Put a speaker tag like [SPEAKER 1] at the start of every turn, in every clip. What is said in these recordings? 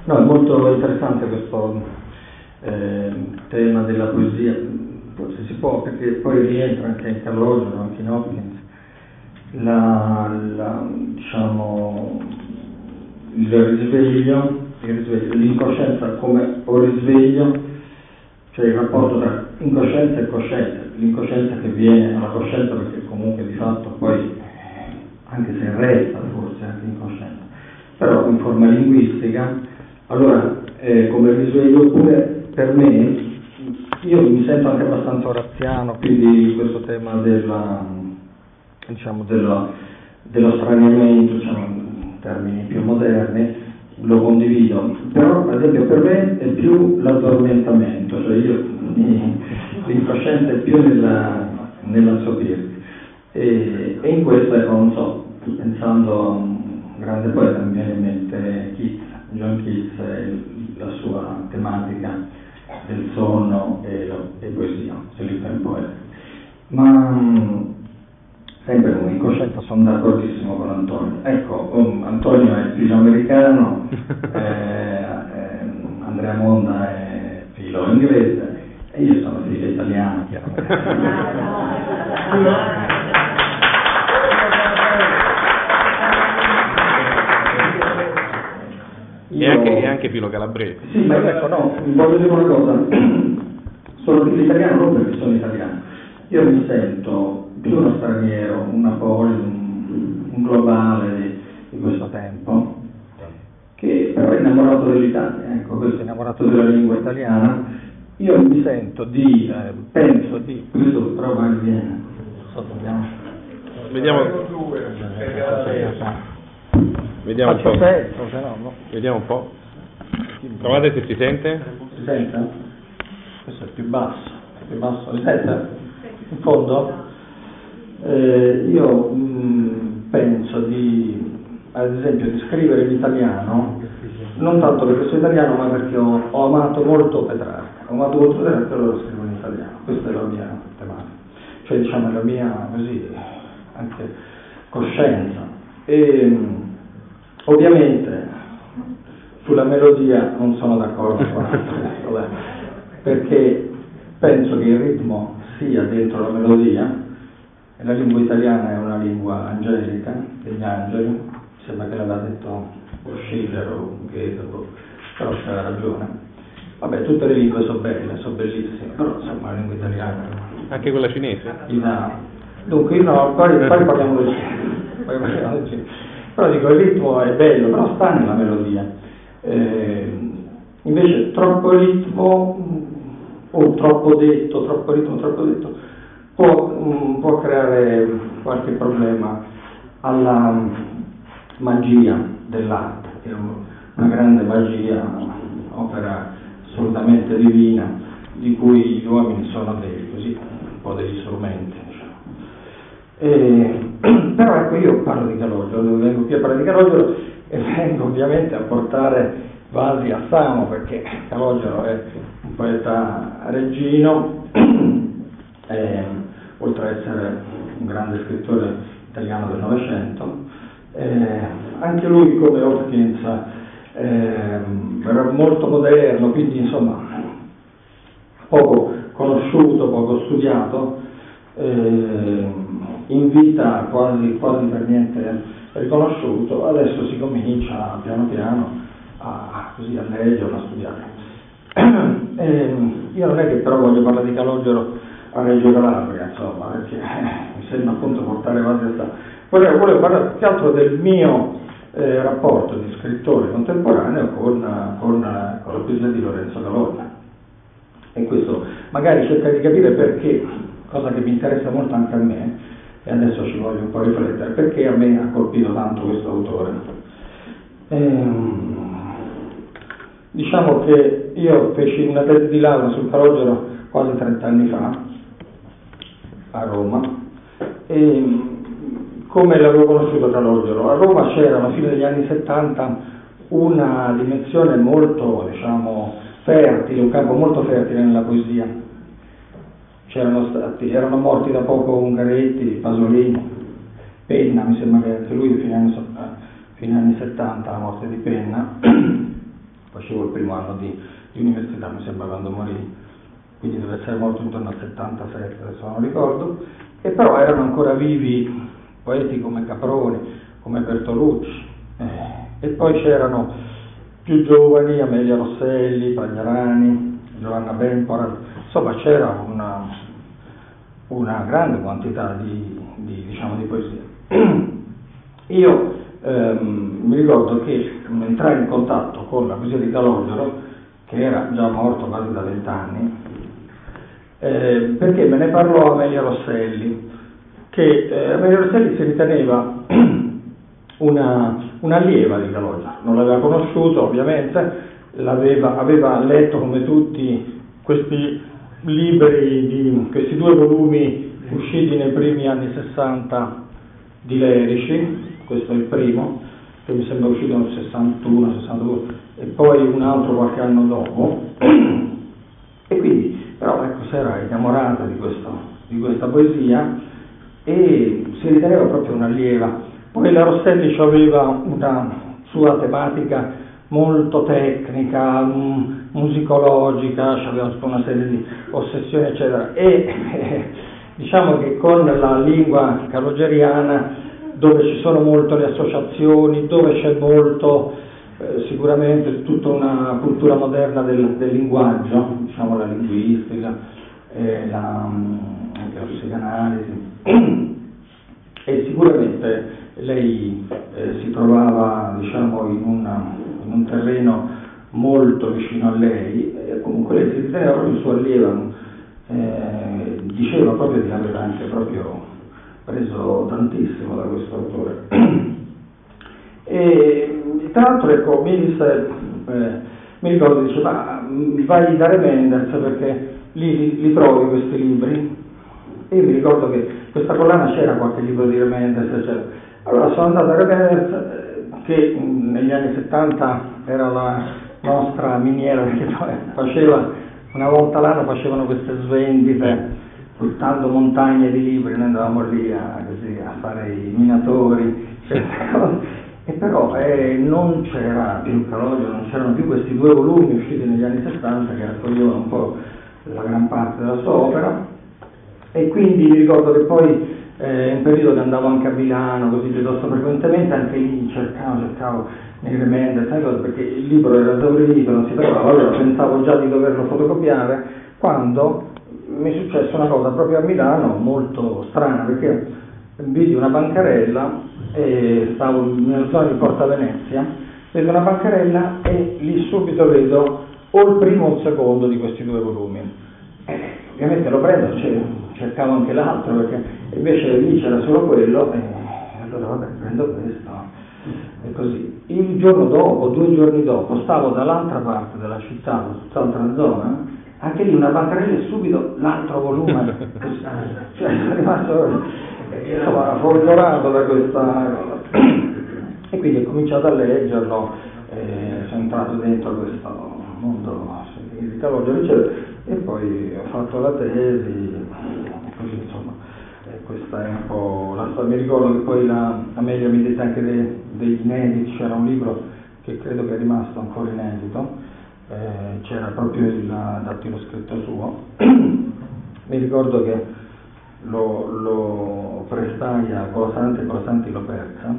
[SPEAKER 1] No, è molto interessante questo tema della poesia, se si può, perché poi rientra anche in Calogero, anche in Hopkins, diciamo, il risveglio, l'incoscienza come o risveglio, cioè il rapporto tra incoscienza e coscienza, l'incoscienza che viene alla coscienza perché comunque di fatto poi, anche se resta forse anche incoscienza, però in forma linguistica, allora come risveglio. Oppure per me, io mi sento anche abbastanza oraziano, quindi questo tema dello straniamento, diciamo, in termini più moderni, lo condivido, però ad esempio per me è più l'addormentamento, cioè l'incoscienza è più nell'assopirsi, e in questo, ecco, non so, pensando a un grande poeta mi viene in mente John Keats e la sua tematica del sonno e poesia, se li fa il poeta. Ma sempre con incoscienza sono d'accordissimo con Antonio. Ecco, Antonio è figlio americano, Andrea Monda è figlio inglese e io sono figlio italiano,
[SPEAKER 2] E anche filo calabrese.
[SPEAKER 1] Sì, ma ecco, no, voglio dire una cosa, sono figlio italiano non perché sono italiano, io mi sento più uno straniero, un apolide, un globale di questo tempo, che però è innamorato dell'Italia, ecco, questo è innamorato della lingua italiana. Io mi sento penso di, questo però va e viene,
[SPEAKER 2] Vediamo un po'. Vediamo un po'. Provate se si sente.
[SPEAKER 1] Si sente? Questo è più basso. Si sente? In fondo? Io penso ad esempio, di scrivere in italiano, non tanto perché sono italiano, ma perché ho amato molto Petrarca. Ho amato molto Petrarca e allora scrivo in italiano. Questa è la mia tematica. Cioè, diciamo, la mia, così, anche coscienza. E ovviamente sulla melodia non sono d'accordo con Antonio, perché penso che il ritmo sia dentro la melodia, e la lingua italiana è una lingua angelica, degli angeli, sembra che l'aveva detto Schiller o Goethe, però c'era ragione. Vabbè, tutte le lingue sono belle, sono bellissime, però insomma la lingua italiana...
[SPEAKER 2] Anche quella cinese?
[SPEAKER 1] Dunque, poi parliamo del cinese. Però dico, il ritmo è bello, però sta nella melodia. Invece troppo ritmo, o troppo detto, può creare qualche problema alla magia dell'arte, che è una grande magia, opera assolutamente divina, di cui gli uomini sono un po' degli strumenti. Però ecco, io parlo di Calogero, vengo qui a parlare di Calogero e vengo ovviamente a portare vasi a Samo, perché Calogero è un poeta reggino, oltre ad essere un grande scrittore italiano del Novecento, anche lui come Hopkins era molto moderno, quindi insomma poco conosciuto, poco studiato, in vita quasi per niente riconosciuto. Adesso si comincia piano piano a leggere, a studiare. Io non è che però voglio parlare di Calogero a Reggio Calabria, insomma, perché mi sembra appunto portare avanti questa. Volevo parlare più che altro del mio rapporto di scrittore contemporaneo con la poesia di Lorenzo Calogero. E questo magari cerca di capire perché, cosa che mi interessa molto anche a me, e adesso ci voglio un po' riflettere, perché a me ha colpito tanto questo autore. Diciamo che io feci una tesi di laurea sul Calogero quasi 30 anni fa, a Roma, e come l'avevo conosciuto Calogero? A Roma c'era alla fine degli anni 70 una dimensione molto, diciamo, fertile, un campo molto fertile nella poesia. Erano morti da poco Ungaretti, Pasolini, Penna, mi sembra che anche lui fine anni 70, la morte di Penna, facevo il primo anno di università, mi sembra, quando morì, quindi deve essere morto intorno al 77, adesso non ricordo, e però erano ancora vivi poeti come Caproni, come Bertolucci, e poi c'erano più giovani, Amelia Rosselli, Pagliarani, Giovanna Bempora, insomma c'era una grande quantità di poesia. Io mi ricordo che entrai in contatto con la poesia di Calogero, che era già morto quasi da 20 anni, perché me ne parlò Amelia Rosselli, che Amelia Rosselli si riteneva un'allieva di Calogero, non l'aveva conosciuto ovviamente, aveva letto come tutti questi libri, questi 2 volumi usciti nei primi anni 60 di Lerici, questo è il primo, che mi sembra uscito nel 61, 62, e poi un altro qualche anno dopo, e quindi però ecco, si era innamorata di questa poesia e si riteneva proprio un'allieva. Poi la Rosselli aveva una sua tematica molto tecnica, musicologica, aveva tutta una serie di ossessioni eccetera, e diciamo che con la lingua calogeriana, dove ci sono molto le associazioni, dove c'è molto sicuramente tutta una cultura moderna del linguaggio, diciamo la linguistica, la psicanalisi, e sicuramente lei si trovava, diciamo, in un terreno molto vicino a lei, e comunque lei si riteneva proprio sua allieva, diceva proprio di aver anche proprio preso tantissimo da questo autore. E tra l'altro, ecco, mi ricordo, diceva, vai da Remendez perché li trovi questi libri, e io mi ricordo che questa collana c'era qualche libro di Remendez, eccetera. Allora sono andato a Remendez, che negli anni 70 era la nostra miniera, perché faceva, una volta l'anno facevano queste svendite, portando montagne di libri, noi andavamo lì a fare i minatori, e però non c'era più Calogero, non c'erano più questi 2 volumi usciti negli anni 70 che raccoglievano un po' la gran parte della sua opera, e quindi mi ricordo che poi in un periodo che andavo anche a Milano, così piuttosto frequentemente, anche lì cercavo nei Remendez, perché il libro era esaurito, non si trovava, allora pensavo già di doverlo fotocopiare, quando mi è successa una cosa proprio a Milano molto strana, perché vidi una bancarella, e stavo nella zona di Porta Venezia, vedo una bancarella e lì subito vedo o il primo o il secondo di questi 2 volumi. Ovviamente lo prendo, cercavo anche l'altro, perché invece lì c'era solo quello, e allora vabbè, prendo questo, e così. Il giorno dopo, 2 giorni dopo, stavo dall'altra parte della città, da tutt'altra zona, anche lì una bancarella e subito l'altro volume, cioè sono rimasto folgorato da questa cosa, e quindi ho cominciato a leggerlo, sono entrato dentro questo mondo di Calogero, eccetera, e poi ho fatto la tesi, così insomma, questa è un po' la storia. Mi ricordo che poi Amelia mi dette anche degli inediti, c'era un libro che credo che è rimasto ancora inedito, c'era proprio il dattilo scritto suo. Mi ricordo che lo prestai a Colasanti, e Colasanti lo persa,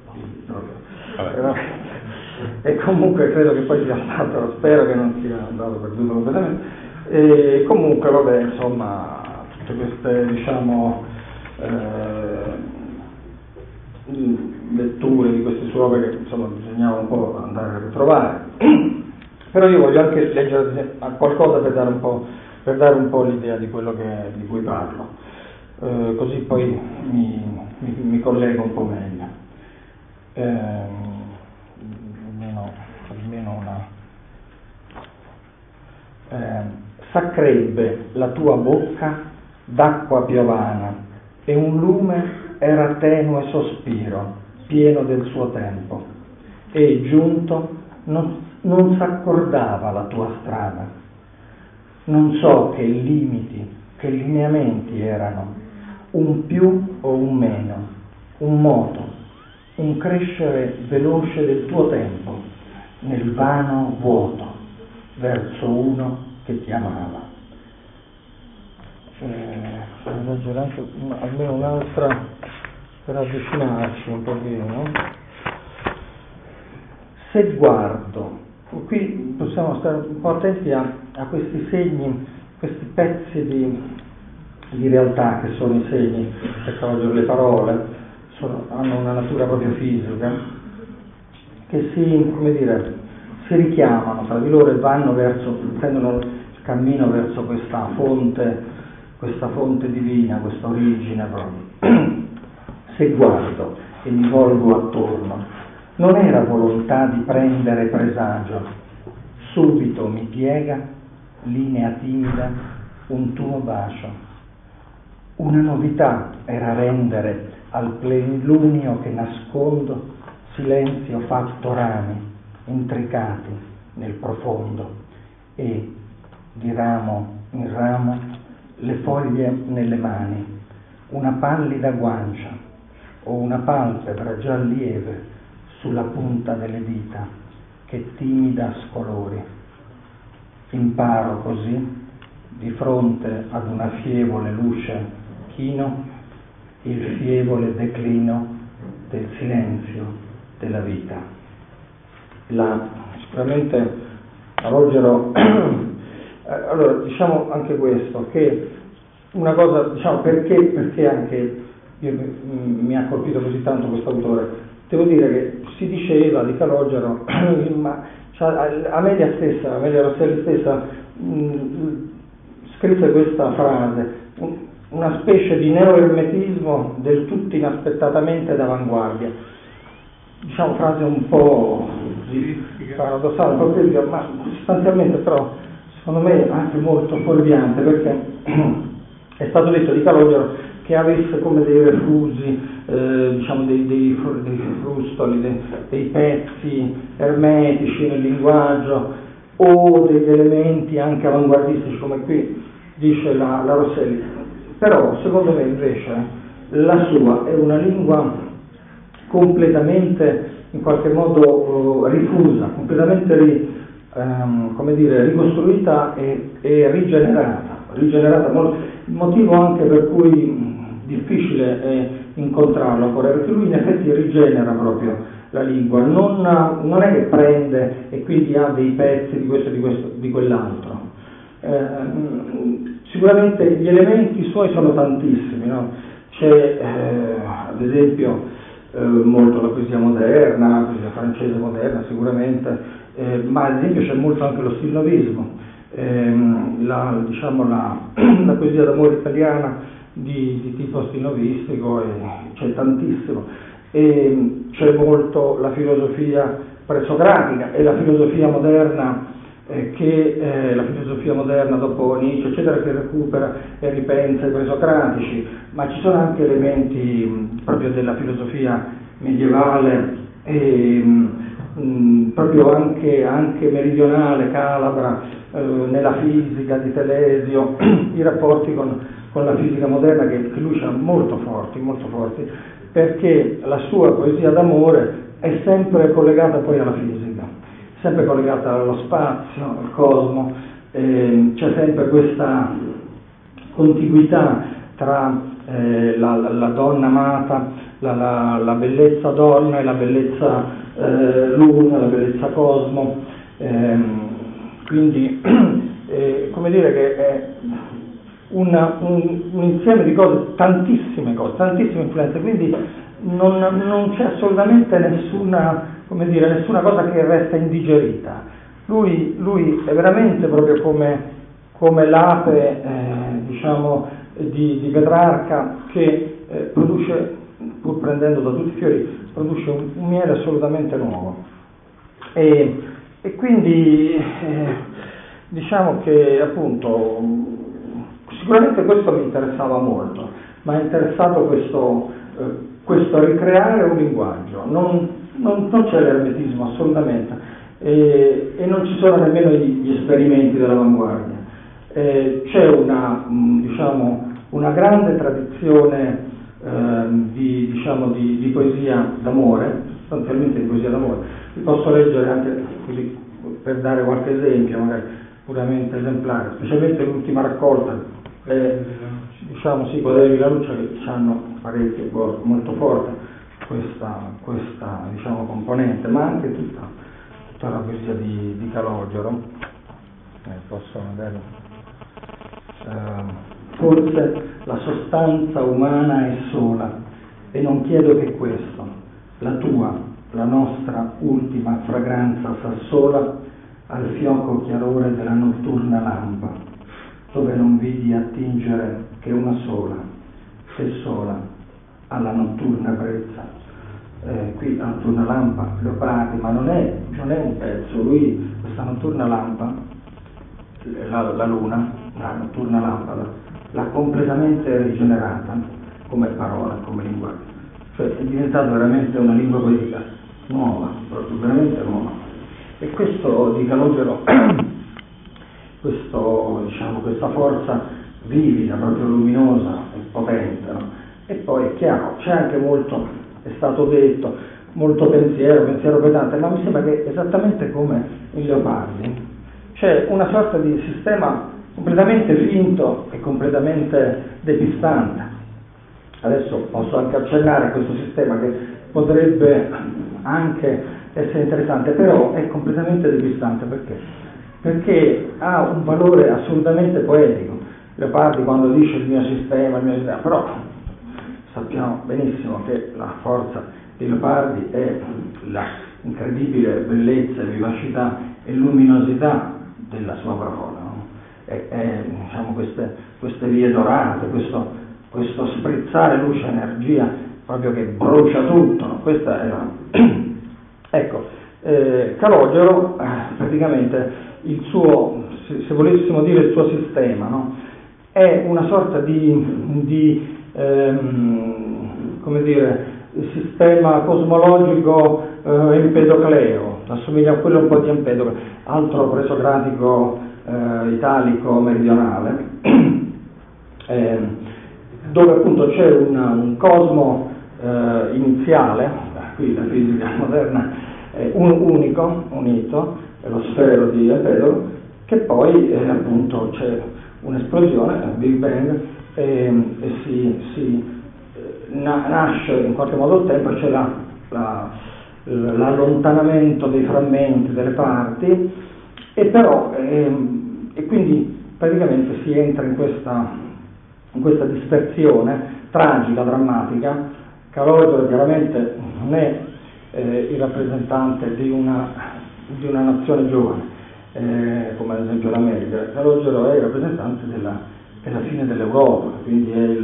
[SPEAKER 1] e comunque credo che poi sia stato, spero che non sia andato perduto completamente, e comunque vabbè, insomma, tutte queste, diciamo, letture di queste sue opere che insomma bisognava un po' andare a ritrovare. Però io voglio anche leggere qualcosa per dare un po' l'idea di quello di cui parlo, così poi mi collego un po' meglio. Almeno una. S'accrebbe la tua bocca d'acqua piovana, e un lume era tenue sospiro, pieno del suo tempo, e giunto non s'accordava la tua strada. Non so che limiti, che lineamenti erano, un più o un meno, un moto, un crescere veloce del tuo tempo,
[SPEAKER 3] nel vano vuoto verso uno che ti amava. Leggere anche almeno un'altra per avvicinarci un pochino. Se guardo, qui possiamo stare un po' attenti a questi segni, questi pezzi di realtà che sono i segni, perché le parole hanno una natura proprio fisica, che si richiamano tra di loro e vanno prendono il cammino verso questa fonte divina, questa origine proprio. Se guardo e mi volgo attorno, non era volontà di prendere presagio, subito mi piega, linea timida, un tuo bacio. Una novità era rendere al plenilunio che nascondo silenzio fatto rami, intricati nel profondo, e di ramo in ramo le foglie nelle mani, una pallida guancia o una palpebra già lieve sulla punta delle dita che timida scolori. Imparo così, di fronte ad una fievole luce chino, il fievole declino del silenzio della vita. Sicuramente Ruggero allora diciamo anche questo, che una cosa, diciamo, perché anche mi ha colpito così tanto questo autore. Devo dire che si diceva di Calogero, ma Amelia Rosselli stessa scrisse questa frase, una specie di neoermetismo del tutto inaspettatamente d'avanguardia. Diciamo frase un po' paradossale, un po' critica, ma sostanzialmente però secondo me anche molto fuorviante, perché è stato detto di Calogero che avesse come dei refusi, diciamo dei frustoli, dei pezzi ermetici nel linguaggio, o degli elementi anche avanguardistici, come qui dice la Rosselli. Però secondo me invece la sua è una lingua completamente in qualche modo rifusa, completamente ricostruita e rigenerata, il motivo anche per cui difficile è incontrarlo ancora, perché lui in effetti rigenera proprio la lingua, non è che prende e quindi ha dei pezzi di questo e di quell'altro. Sicuramente gli elementi suoi sono tantissimi, no? C'è ad esempio molto la poesia moderna, la poesia francese moderna sicuramente, ma ad esempio c'è molto anche lo stilnovismo, la poesia d'amore italiana di tipo stilnovistico, c'è tantissimo, e c'è molto la filosofia presocratica e la filosofia moderna, la filosofia moderna dopo Nietzsche eccetera, che recupera e ripensa i presocratici, ma ci sono anche elementi proprio della filosofia medievale e proprio anche meridionale, calabra, nella fisica di Telesio, i rapporti con la fisica moderna che lui ha molto forti, perché la sua poesia d'amore è sempre collegata poi alla fisica, sempre collegata allo spazio, al cosmo, c'è sempre questa contiguità tra la donna amata, la bellezza donna e la bellezza luna, la bellezza cosmo, quindi come dire che è un insieme di cose, tantissime influenze, quindi non c'è assolutamente nessuna cosa che resta indigerita. Lui è veramente proprio come l'ape di Petrarca, che produce, pur prendendo da tutti i fiori, produce un miele assolutamente nuovo. E quindi diciamo che appunto sicuramente questo mi interessava molto, mi ha interessato questo ricreare un linguaggio, non c'è l'ermetismo assolutamente, e non ci sono nemmeno gli esperimenti dell'avanguardia. C'è una grande tradizione di poesia d'amore, sostanzialmente di poesia d'amore, Vi posso leggere anche così, per dare qualche esempio, magari puramente esemplare, specialmente l'ultima raccolta, diciamo sì, Poderi la luce, che hanno parecchie cose, molto forte questa diciamo, componente, ma anche tutta la poesia di Calogero. Posso magari forse la sostanza umana è sola, e non chiedo che questo, la tua, la nostra ultima fragranza s'assola al fioco chiarore della notturna lampa, dove non vidi attingere che una sola, se sola, alla notturna brezza. Qui la notturna lampa, Leopardi, ma non è un pezzo, lui, questa notturna lampa, la luna, la notturna lampada, l'ha completamente rigenerata come parola, come linguaggio, cioè è diventata veramente una lingua poetica nuova, proprio veramente nuova. E questo di Calogero, questa forza vivida, proprio luminosa e potente, no? E poi è chiaro, c'è anche molto, è stato detto, molto pensiero pesante, ma mi sembra che esattamente come in Leopardi c'è una sorta di sistema completamente finto e completamente depistante. Adesso posso anche accennare a questo sistema che potrebbe anche essere interessante, però è completamente depistante. Perché ha un valore assolutamente poetico. Leopardi quando dice il mio sistema, però sappiamo benissimo che la forza di Leopardi è la incredibile bellezza, vivacità e luminosità della sua parola, no? Diciamo queste vie dorate, questo sprizzare luce, energia proprio che brucia tutto, no? Questa è ecco, Calogero praticamente il suo, se volessimo dire il suo sistema, no? È una sorta di come dire, sistema cosmologico empedocleo, assomiglia a quello un po' di Empedocle, altro presocratico italico meridionale, dove appunto c'è un cosmo iniziale, qui la fisica moderna è unico, unito, è lo sfero di Empedocle, che poi appunto c'è un'esplosione, il Big Bang, e nasce in qualche modo il tempo, e c'è l'allontanamento dei frammenti, delle parti, e però e quindi praticamente si entra in questa dispersione tragica, drammatica. Calogero chiaramente non è il rappresentante di una nazione giovane, come ad esempio l'America. Calogero è il rappresentante della fine dell'Europa, quindi è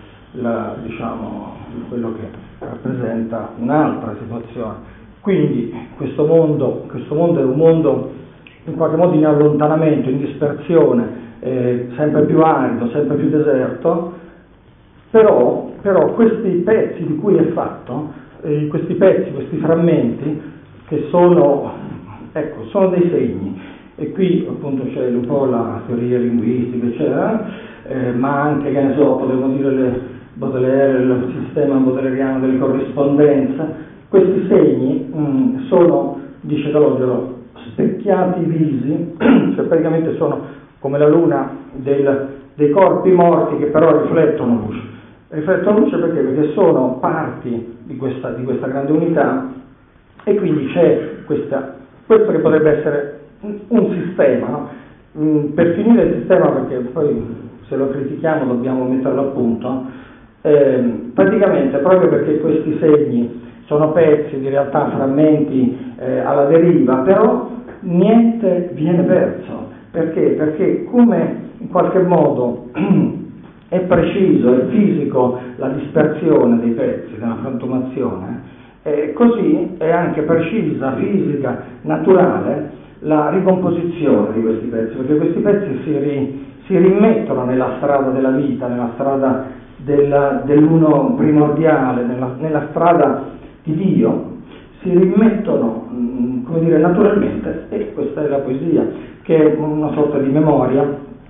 [SPEAKER 3] diciamo, quello che rappresenta un'altra situazione. Quindi questo mondo è un mondo in qualche modo in allontanamento, in dispersione, sempre più arido, sempre più deserto, però questi pezzi di cui è fatto, questi frammenti, che sono dei segni, e qui appunto c'è un po' la teoria linguistica, eccetera, ma anche, che ne so, potremmo dire Baudelaire, il sistema baudeleriano delle corrispondenze. Questi segni sono, dice Calogero, specchiati visi, cioè praticamente sono come la luna dei corpi morti che però riflettono luce. Riflettono luce perché sono parti di questa grande unità, e quindi c'è questo che potrebbe essere un sistema, no? Per finire il sistema, perché poi se lo critichiamo dobbiamo metterlo a punto, praticamente proprio perché questi segni sono pezzi di realtà, frammenti alla deriva, però niente viene perso. Perché come in qualche modo è preciso, è fisico la dispersione dei pezzi, della frantumazione, così è anche precisa, fisica, naturale la ricomposizione di questi pezzi, perché questi pezzi si rimettono nella strada della vita, nella strada dell'uno primordiale, nella strada di Dio, si rimettono, come dire, naturalmente, e questa è la poesia, che è una sorta di memoria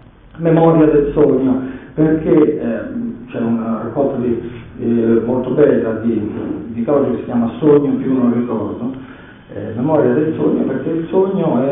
[SPEAKER 3] del sogno, perché c'è una raccolta molto bella di Calogero che si chiama Sogno più non ricordo, memoria del sogno, perché il sogno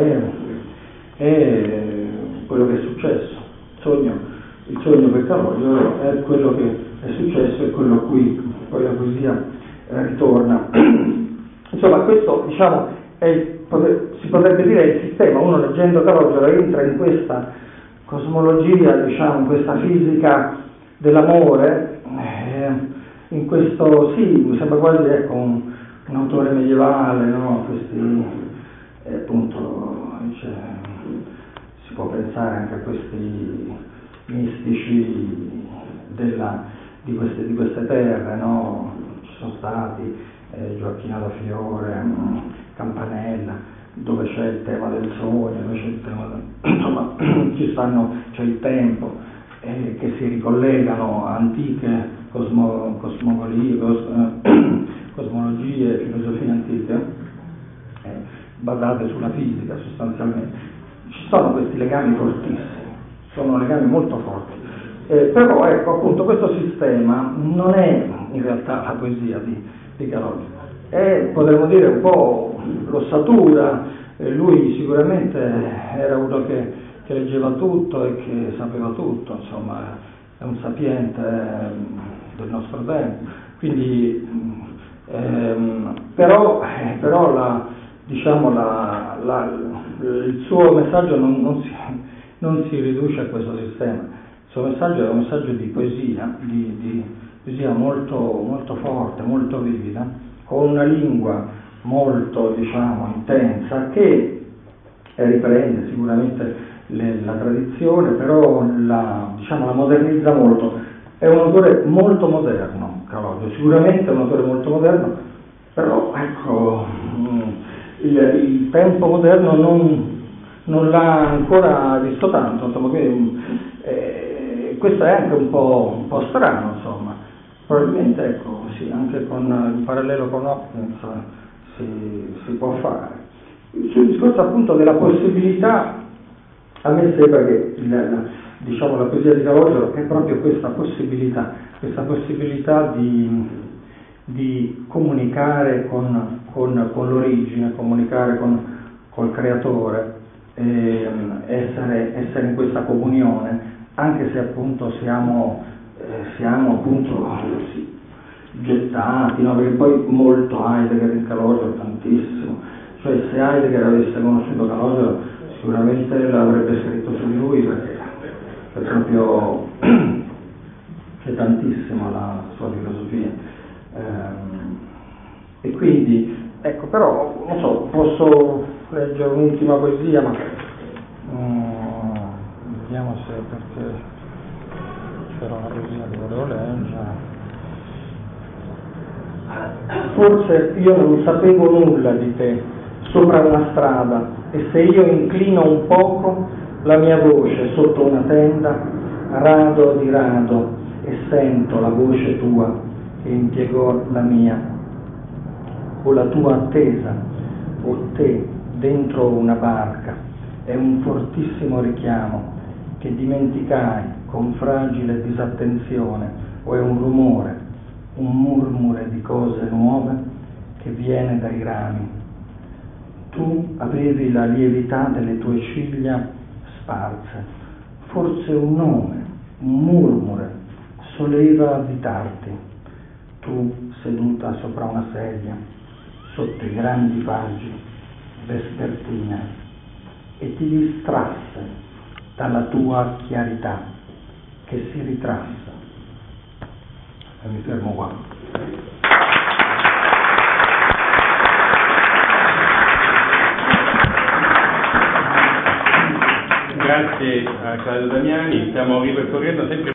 [SPEAKER 3] è quello che è successo. Il sogno per Calogero è quello che è successo e quello a cui poi la poesia ritorna. Insomma, questo diciamo si potrebbe dire il sistema. Uno leggendo Calogero entra in questa cosmologia, diciamo, in questa fisica dell'amore, in questo, sì, mi sembra quasi un autore medievale, no? Questi, appunto, si può pensare anche a questi mistici di queste terre, no? Ci sono stati Gioacchino da Fiore, Campanella, dove c'è il tema del sogno, dove c'è il tema insomma, c'è il tempo, che si ricollegano a antiche cosmologie, filosofie antiche, basate sulla fisica sostanzialmente. Ci sono questi legami fortissimi, sono legami molto forti. Però ecco, appunto, questo sistema non è in realtà la poesia di Calogero, è, potremmo dire, un po' l'ossatura. Lui sicuramente era uno che leggeva tutto e che sapeva tutto, insomma, è un sapiente del nostro tempo. Quindi, però il suo messaggio non si riduce a questo sistema. Il suo messaggio è un messaggio di poesia, di poesia molto, molto forte, molto vivida, con una lingua molto, diciamo, intensa, che riprende sicuramente la tradizione, però la modernizza molto. È un autore molto moderno, Calogero, sicuramente è un autore molto moderno, però ecco, il tempo moderno non l'ha ancora visto tanto, insomma, quindi, questo è anche un po' strano, insomma. Probabilmente, ecco, sì, anche con il parallelo con Hopkins si può fare. Sul discorso appunto della possibilità, a me sembra che la poesia di Calogero è proprio questa possibilità di comunicare con l'origine, comunicare col creatore, essere in questa comunione, anche se appunto siamo appunto gettati, no? Perché poi molto Heidegger in Calogero, tantissimo, cioè se Heidegger avesse conosciuto Calogero sicuramente l'avrebbe scritto su di lui, perché è proprio c'è tantissimo la sua filosofia, e quindi ecco, però non so, posso leggere un'ultima poesia, ma vediamo se, perché c'era una poesia che volevo leggere. Forse io non sapevo nulla di te sopra una strada, e se io inclino un poco la mia voce sotto una tenda, rado di rado, e sento la voce tua che impiegò la mia, o la tua attesa, o te dentro una barca, è un fortissimo richiamo che dimenticai con fragile disattenzione, o è un rumore, un murmure di cose nuove che viene dai rami. Tu avevi la lievità delle tue ciglia sparse, forse un nome, un murmure soleva avvitarti. Tu seduta sopra una sedia, sotto i grandi faggi vespertine, e ti distrasse dalla tua chiarità che si ritrasse. E mi fermo qua.
[SPEAKER 2] Grazie a Claudio Damiani, stiamo ripercorrendo sempre